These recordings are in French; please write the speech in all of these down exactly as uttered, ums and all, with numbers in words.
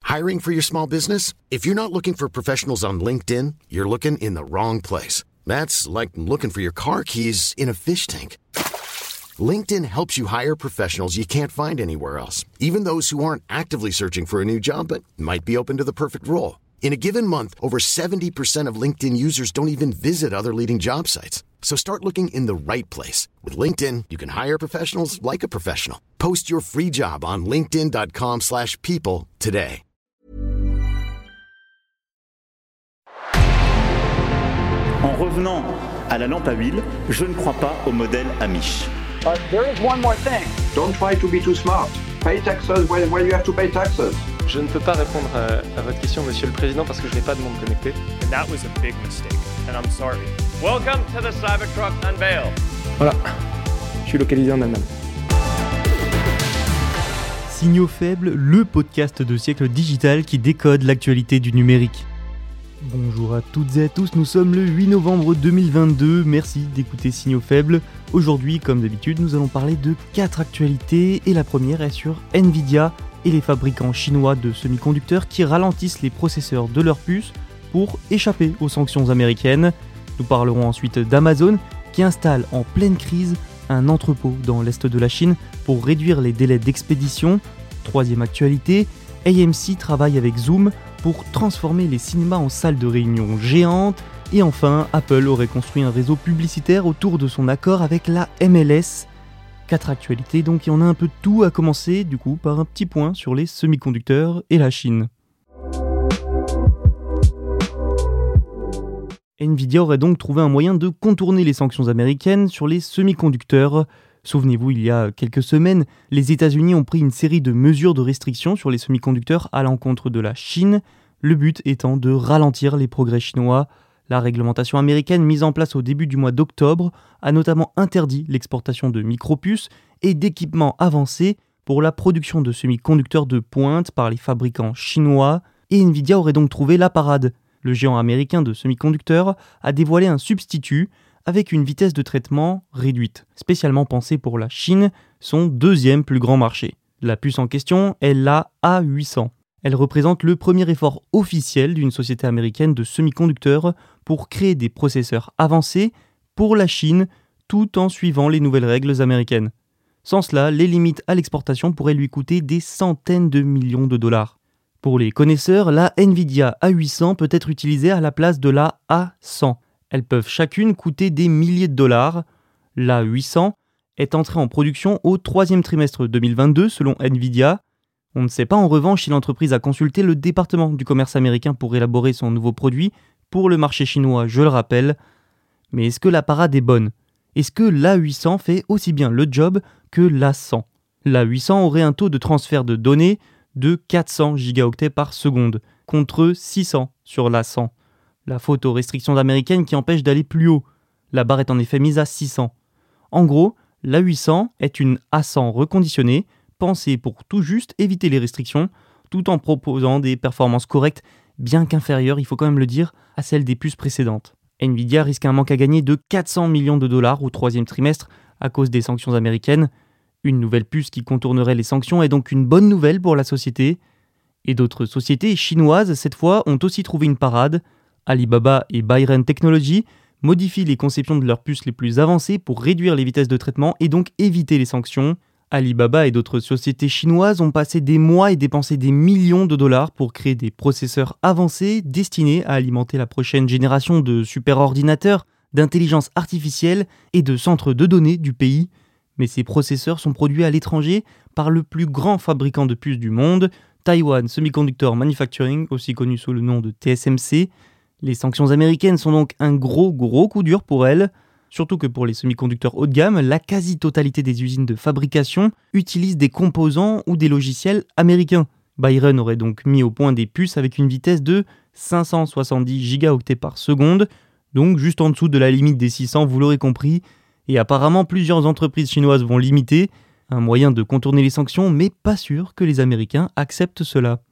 Hiring for your small business? If you're not looking for professionals on LinkedIn, you're looking in the wrong place. That's like looking for your car keys in a fish tank. LinkedIn helps you hire professionals you can't find anywhere else, even those who aren't actively searching for a new job but might be open to the perfect role. In a given month, over seventy percent of LinkedIn users don't even visit other leading job sites. So start looking in the right place. With LinkedIn, you can hire professionals like a professional. Post your free job on linkedin.com slash people today. En revenant à la lampe à huile, je ne crois pas au modèle Amish. Uh, there is one more thing. Don't try to be too smart. Pay taxes when, when you have to pay taxes. Je ne peux pas répondre à, à votre question, Monsieur le Président, parce que je n'ai pas de monde connecté. And that was a big mistake, and I'm sorry. Welcome to the Cybertruck Unveil. Voilà, je suis localisé en Allemagne. Signaux faibles, le podcast de Siècle Digital qui décode l'actualité du numérique. Bonjour à toutes et à tous, nous sommes le huit novembre deux mille vingt-deux, merci d'écouter Signaux faibles. Aujourd'hui, comme d'habitude, nous allons parler de quatre actualités et la première est sur Nvidia et les fabricants chinois de semi-conducteurs qui ralentissent les processeurs de leurs puces pour échapper aux sanctions américaines. Nous parlerons ensuite d'Amazon qui installe en pleine crise un entrepôt dans l'est de la Chine pour réduire les délais d'expédition. Troisième actualité, A M C travaille avec Zoom pour transformer les cinémas en salles de réunion géantes. Et enfin, Apple aurait construit un réseau publicitaire autour de son accord avec la M L S. Quatre actualités donc, et on a un peu de tout, à commencer du coup par un petit point sur les semi-conducteurs et la Chine. Nvidia aurait donc trouvé un moyen de contourner les sanctions américaines sur les semi-conducteurs. Souvenez-vous, il y a quelques semaines, les États-Unis ont pris une série de mesures de restriction sur les semi-conducteurs à l'encontre de la Chine, le but étant de ralentir les progrès chinois. La réglementation américaine mise en place au début du mois d'octobre a notamment interdit l'exportation de micropuces et d'équipements avancés pour la production de semi-conducteurs de pointe par les fabricants chinois, et Nvidia aurait donc trouvé la parade. Le géant américain de semi-conducteurs a dévoilé un substitut avec une vitesse de traitement réduite, spécialement pensée pour la Chine, son deuxième plus grand marché. La puce en question est la A huit cents. Elle représente le premier effort officiel d'une société américaine de semi-conducteurs pour créer des processeurs avancés pour la Chine, tout en suivant les nouvelles règles américaines. Sans cela, les limites à l'exportation pourraient lui coûter des centaines de millions de dollars. Pour les connaisseurs, la Nvidia A huit cents peut être utilisée à la place de la A cent. Elles peuvent chacune coûter des milliers de dollars. L'A huit cents est entrée en production au troisième trimestre deux mille vingt-deux selon Nvidia. On ne sait pas en revanche si l'entreprise a consulté le département du commerce américain pour élaborer son nouveau produit pour le marché chinois, je le rappelle. Mais est-ce que la parade est bonne ? Est-ce que l'A huit cents fait aussi bien le job que l'A cent ? L'A huit cents aurait un taux de transfert de données de quatre cents gigaoctets par seconde, contre six cents sur l'A cent. La faute aux restrictions américaines qui empêchent d'aller plus haut. La barre est en effet mise à six cents. En gros, l'A huit cents est une A cent reconditionnée, pensée pour tout juste éviter les restrictions, tout en proposant des performances correctes, bien qu'inférieures, il faut quand même le dire, à celles des puces précédentes. Nvidia risque un manque à gagner de quatre cents millions de dollars au troisième trimestre à cause des sanctions américaines. Une nouvelle puce qui contournerait les sanctions est donc une bonne nouvelle pour la société. Et d'autres sociétés chinoises, cette fois, ont aussi trouvé une parade. Alibaba et Byren Technology modifient les conceptions de leurs puces les plus avancées pour réduire les vitesses de traitement et donc éviter les sanctions. Alibaba et d'autres sociétés chinoises ont passé des mois et dépensé des millions de dollars pour créer des processeurs avancés destinés à alimenter la prochaine génération de superordinateurs, d'intelligence artificielle et de centres de données du pays. Mais ces processeurs sont produits à l'étranger par le plus grand fabricant de puces du monde, Taiwan Semiconductor Manufacturing, aussi connu sous le nom de T S M C. Les sanctions américaines sont donc un gros gros coup dur pour elles, surtout que pour les semi-conducteurs haut de gamme, la quasi-totalité des usines de fabrication utilisent des composants ou des logiciels américains. Byren aurait donc mis au point des puces avec une vitesse de cinq cent soixante-dix gigaoctets par seconde, donc juste en dessous de la limite des six cents, vous l'aurez compris, et apparemment plusieurs entreprises chinoises vont l'imiter, un moyen de contourner les sanctions, mais pas sûr que les Américains acceptent cela.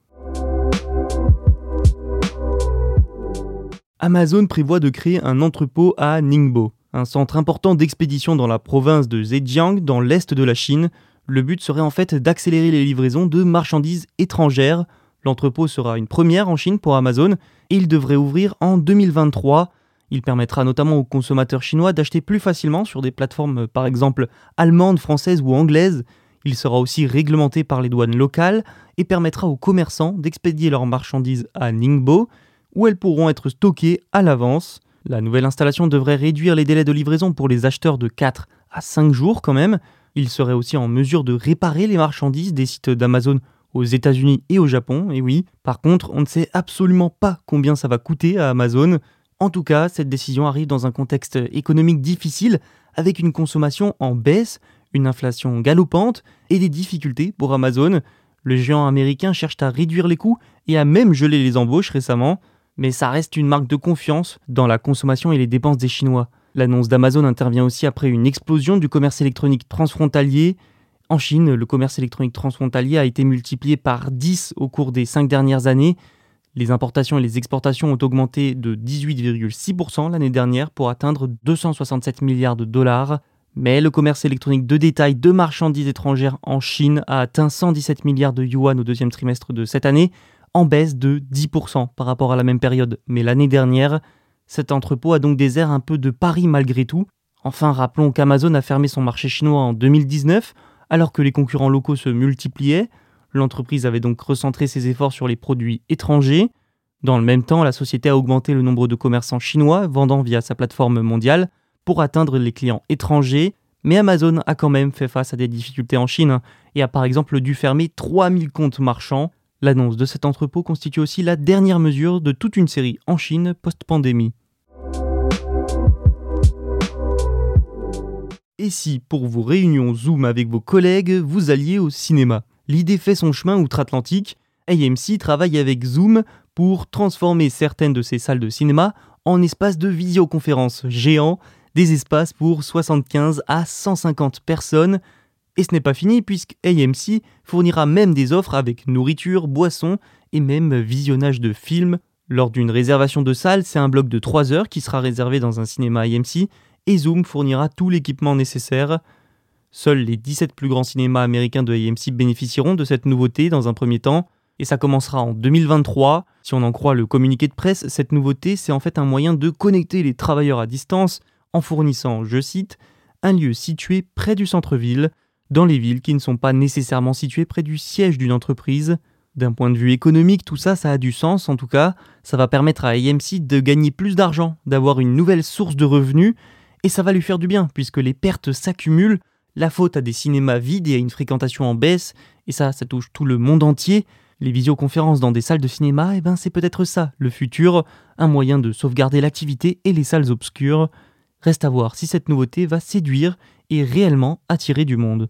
Amazon prévoit de créer un entrepôt à Ningbo, un centre important d'expédition dans la province de Zhejiang, dans l'est de la Chine. Le but serait en fait d'accélérer les livraisons de marchandises étrangères L'entrepôt sera une première en Chine pour Amazon et il devrait ouvrir en deux mille vingt-trois. Il permettra notamment aux consommateurs chinois d'acheter plus facilement sur des plateformes par exemple allemandes, françaises ou anglaises. Il sera aussi réglementé par les douanes locales et permettra aux commerçants d'expédier leurs marchandises à Ningbo, où elles pourront être stockées à l'avance. La nouvelle installation devrait réduire les délais de livraison pour les acheteurs de quatre à cinq jours quand même. Il serait aussi en mesure de réparer les marchandises des sites d'Amazon aux États-Unis et au Japon, et oui. Par contre, on ne sait absolument pas combien ça va coûter à Amazon. En tout cas, cette décision arrive dans un contexte économique difficile, avec une consommation en baisse, une inflation galopante et des difficultés pour Amazon. Le géant américain cherche à réduire les coûts et a même gelé les embauches récemment, mais ça reste une marque de confiance dans la consommation et les dépenses des Chinois. L'annonce d'Amazon intervient aussi après une explosion du commerce électronique transfrontalier. En Chine, le commerce électronique transfrontalier a été multiplié par dix au cours des cinq dernières années. Les importations et les exportations ont augmenté de dix-huit virgule six pour cent l'année dernière pour atteindre deux cent soixante-sept milliards de dollars. Mais le commerce électronique de détail de marchandises étrangères en Chine a atteint cent dix-sept milliards de yuan au deuxième trimestre de cette année, en baisse de dix pour cent par rapport à la même période. Mais l'année dernière, cet entrepôt a donc des airs un peu de Paris malgré tout. Enfin, rappelons qu'Amazon a fermé son marché chinois en deux mille dix-neuf, alors que les concurrents locaux se multipliaient. L'entreprise avait donc recentré ses efforts sur les produits étrangers. Dans le même temps, la société a augmenté le nombre de commerçants chinois vendant via sa plateforme mondiale pour atteindre les clients étrangers. Mais Amazon a quand même fait face à des difficultés en Chine et a par exemple dû fermer trois mille comptes marchands. L'annonce de cet entrepôt constitue aussi la dernière mesure de toute une série en Chine post-pandémie. Et si, pour vos réunions Zoom avec vos collègues, vous alliez au cinéma ? L'idée fait son chemin outre-Atlantique. A M C travaille avec Zoom pour transformer certaines de ses salles de cinéma en espaces de visioconférence géants, des espaces pour soixante-quinze à cent cinquante personnes. Et ce n'est pas fini puisque A M C fournira même des offres avec nourriture, boissons et même visionnage de films. Lors d'une réservation de salle, c'est un bloc de trois heures qui sera réservé dans un cinéma A M C et Zoom fournira tout l'équipement nécessaire. Seuls les dix-sept plus grands cinémas américains de A M C bénéficieront de cette nouveauté dans un premier temps, et ça commencera en deux mille vingt-trois. Si on en croit le communiqué de presse, cette nouveauté, c'est en fait un moyen de connecter les travailleurs à distance en fournissant, je cite, un lieu situé près du centre-ville, dans les villes qui ne sont pas nécessairement situées près du siège d'une entreprise. D'un point de vue économique, tout ça, ça a du sens en tout cas. Ça va permettre à A M C de gagner plus d'argent, d'avoir une nouvelle source de revenus, et ça va lui faire du bien puisque les pertes s'accumulent. La faute à des cinémas vides et à une fréquentation en baisse, et ça, ça touche tout le monde entier. Les visioconférences dans des salles de cinéma, eh ben c'est peut-être ça, le futur, un moyen de sauvegarder l'activité et les salles obscures. Reste à voir si cette nouveauté va séduire et réellement attirer du monde.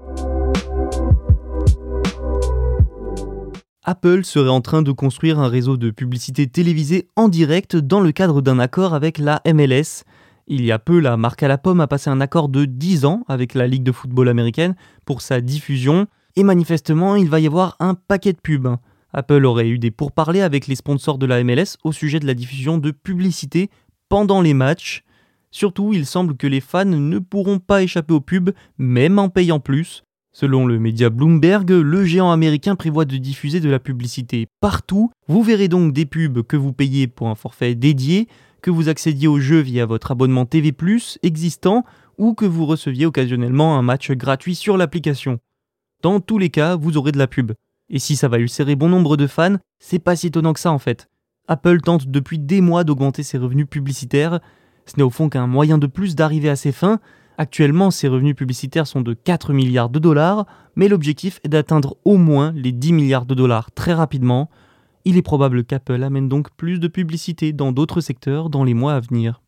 Apple serait en train de construire un réseau de publicité télévisée en direct dans le cadre d'un accord avec la M L S. Il y a peu, la marque à la pomme a passé un accord de dix ans avec la Ligue de football américaine pour sa diffusion, et manifestement, il va y avoir un paquet de pubs. Apple aurait eu des pourparlers avec les sponsors de la M L S au sujet de la diffusion de publicité pendant les matchs. Surtout, il semble que les fans ne pourront pas échapper aux pubs, même en payant plus. Selon le média Bloomberg, le géant américain prévoit de diffuser de la publicité partout. Vous verrez donc des pubs que vous payez pour un forfait dédié, que vous accédiez au jeu via votre abonnement T V plus, existant, ou que vous receviez occasionnellement un match gratuit sur l'application. Dans tous les cas, vous aurez de la pub. Et si ça va ulcérer bon nombre de fans, c'est pas si étonnant que ça en fait. Apple tente depuis des mois d'augmenter ses revenus publicitaires. Ce n'est au fond qu'un moyen de plus d'arriver à ses fins. Actuellement, ses revenus publicitaires sont de quatre milliards de dollars, mais l'objectif est d'atteindre au moins les dix milliards de dollars très rapidement. Il est probable qu'Apple amène donc plus de publicité dans d'autres secteurs dans les mois à venir.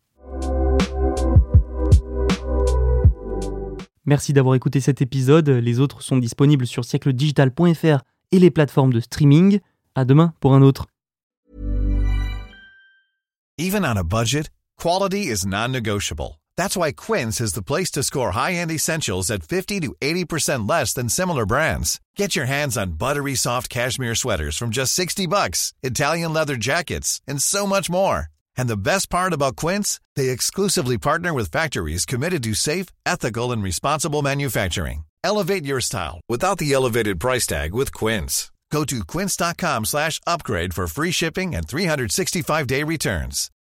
Merci d'avoir écouté cet épisode. Les autres sont disponibles sur siècle digital point f r et les plateformes de streaming. À demain pour un autre. Even on a budget, quality is non-negotiable. That's why Quince is the place to score high-end essentials at fifty to eighty percent less than similar brands. Get your hands on buttery soft cashmere sweaters from just sixty bucks, Italian leather jackets, and so much more. And the best part about Quince, they exclusively partner with factories committed to safe, ethical, and responsible manufacturing. Elevate your style without the elevated price tag with Quince. Go to quince.com slash upgrade for free shipping and three sixty-five day returns.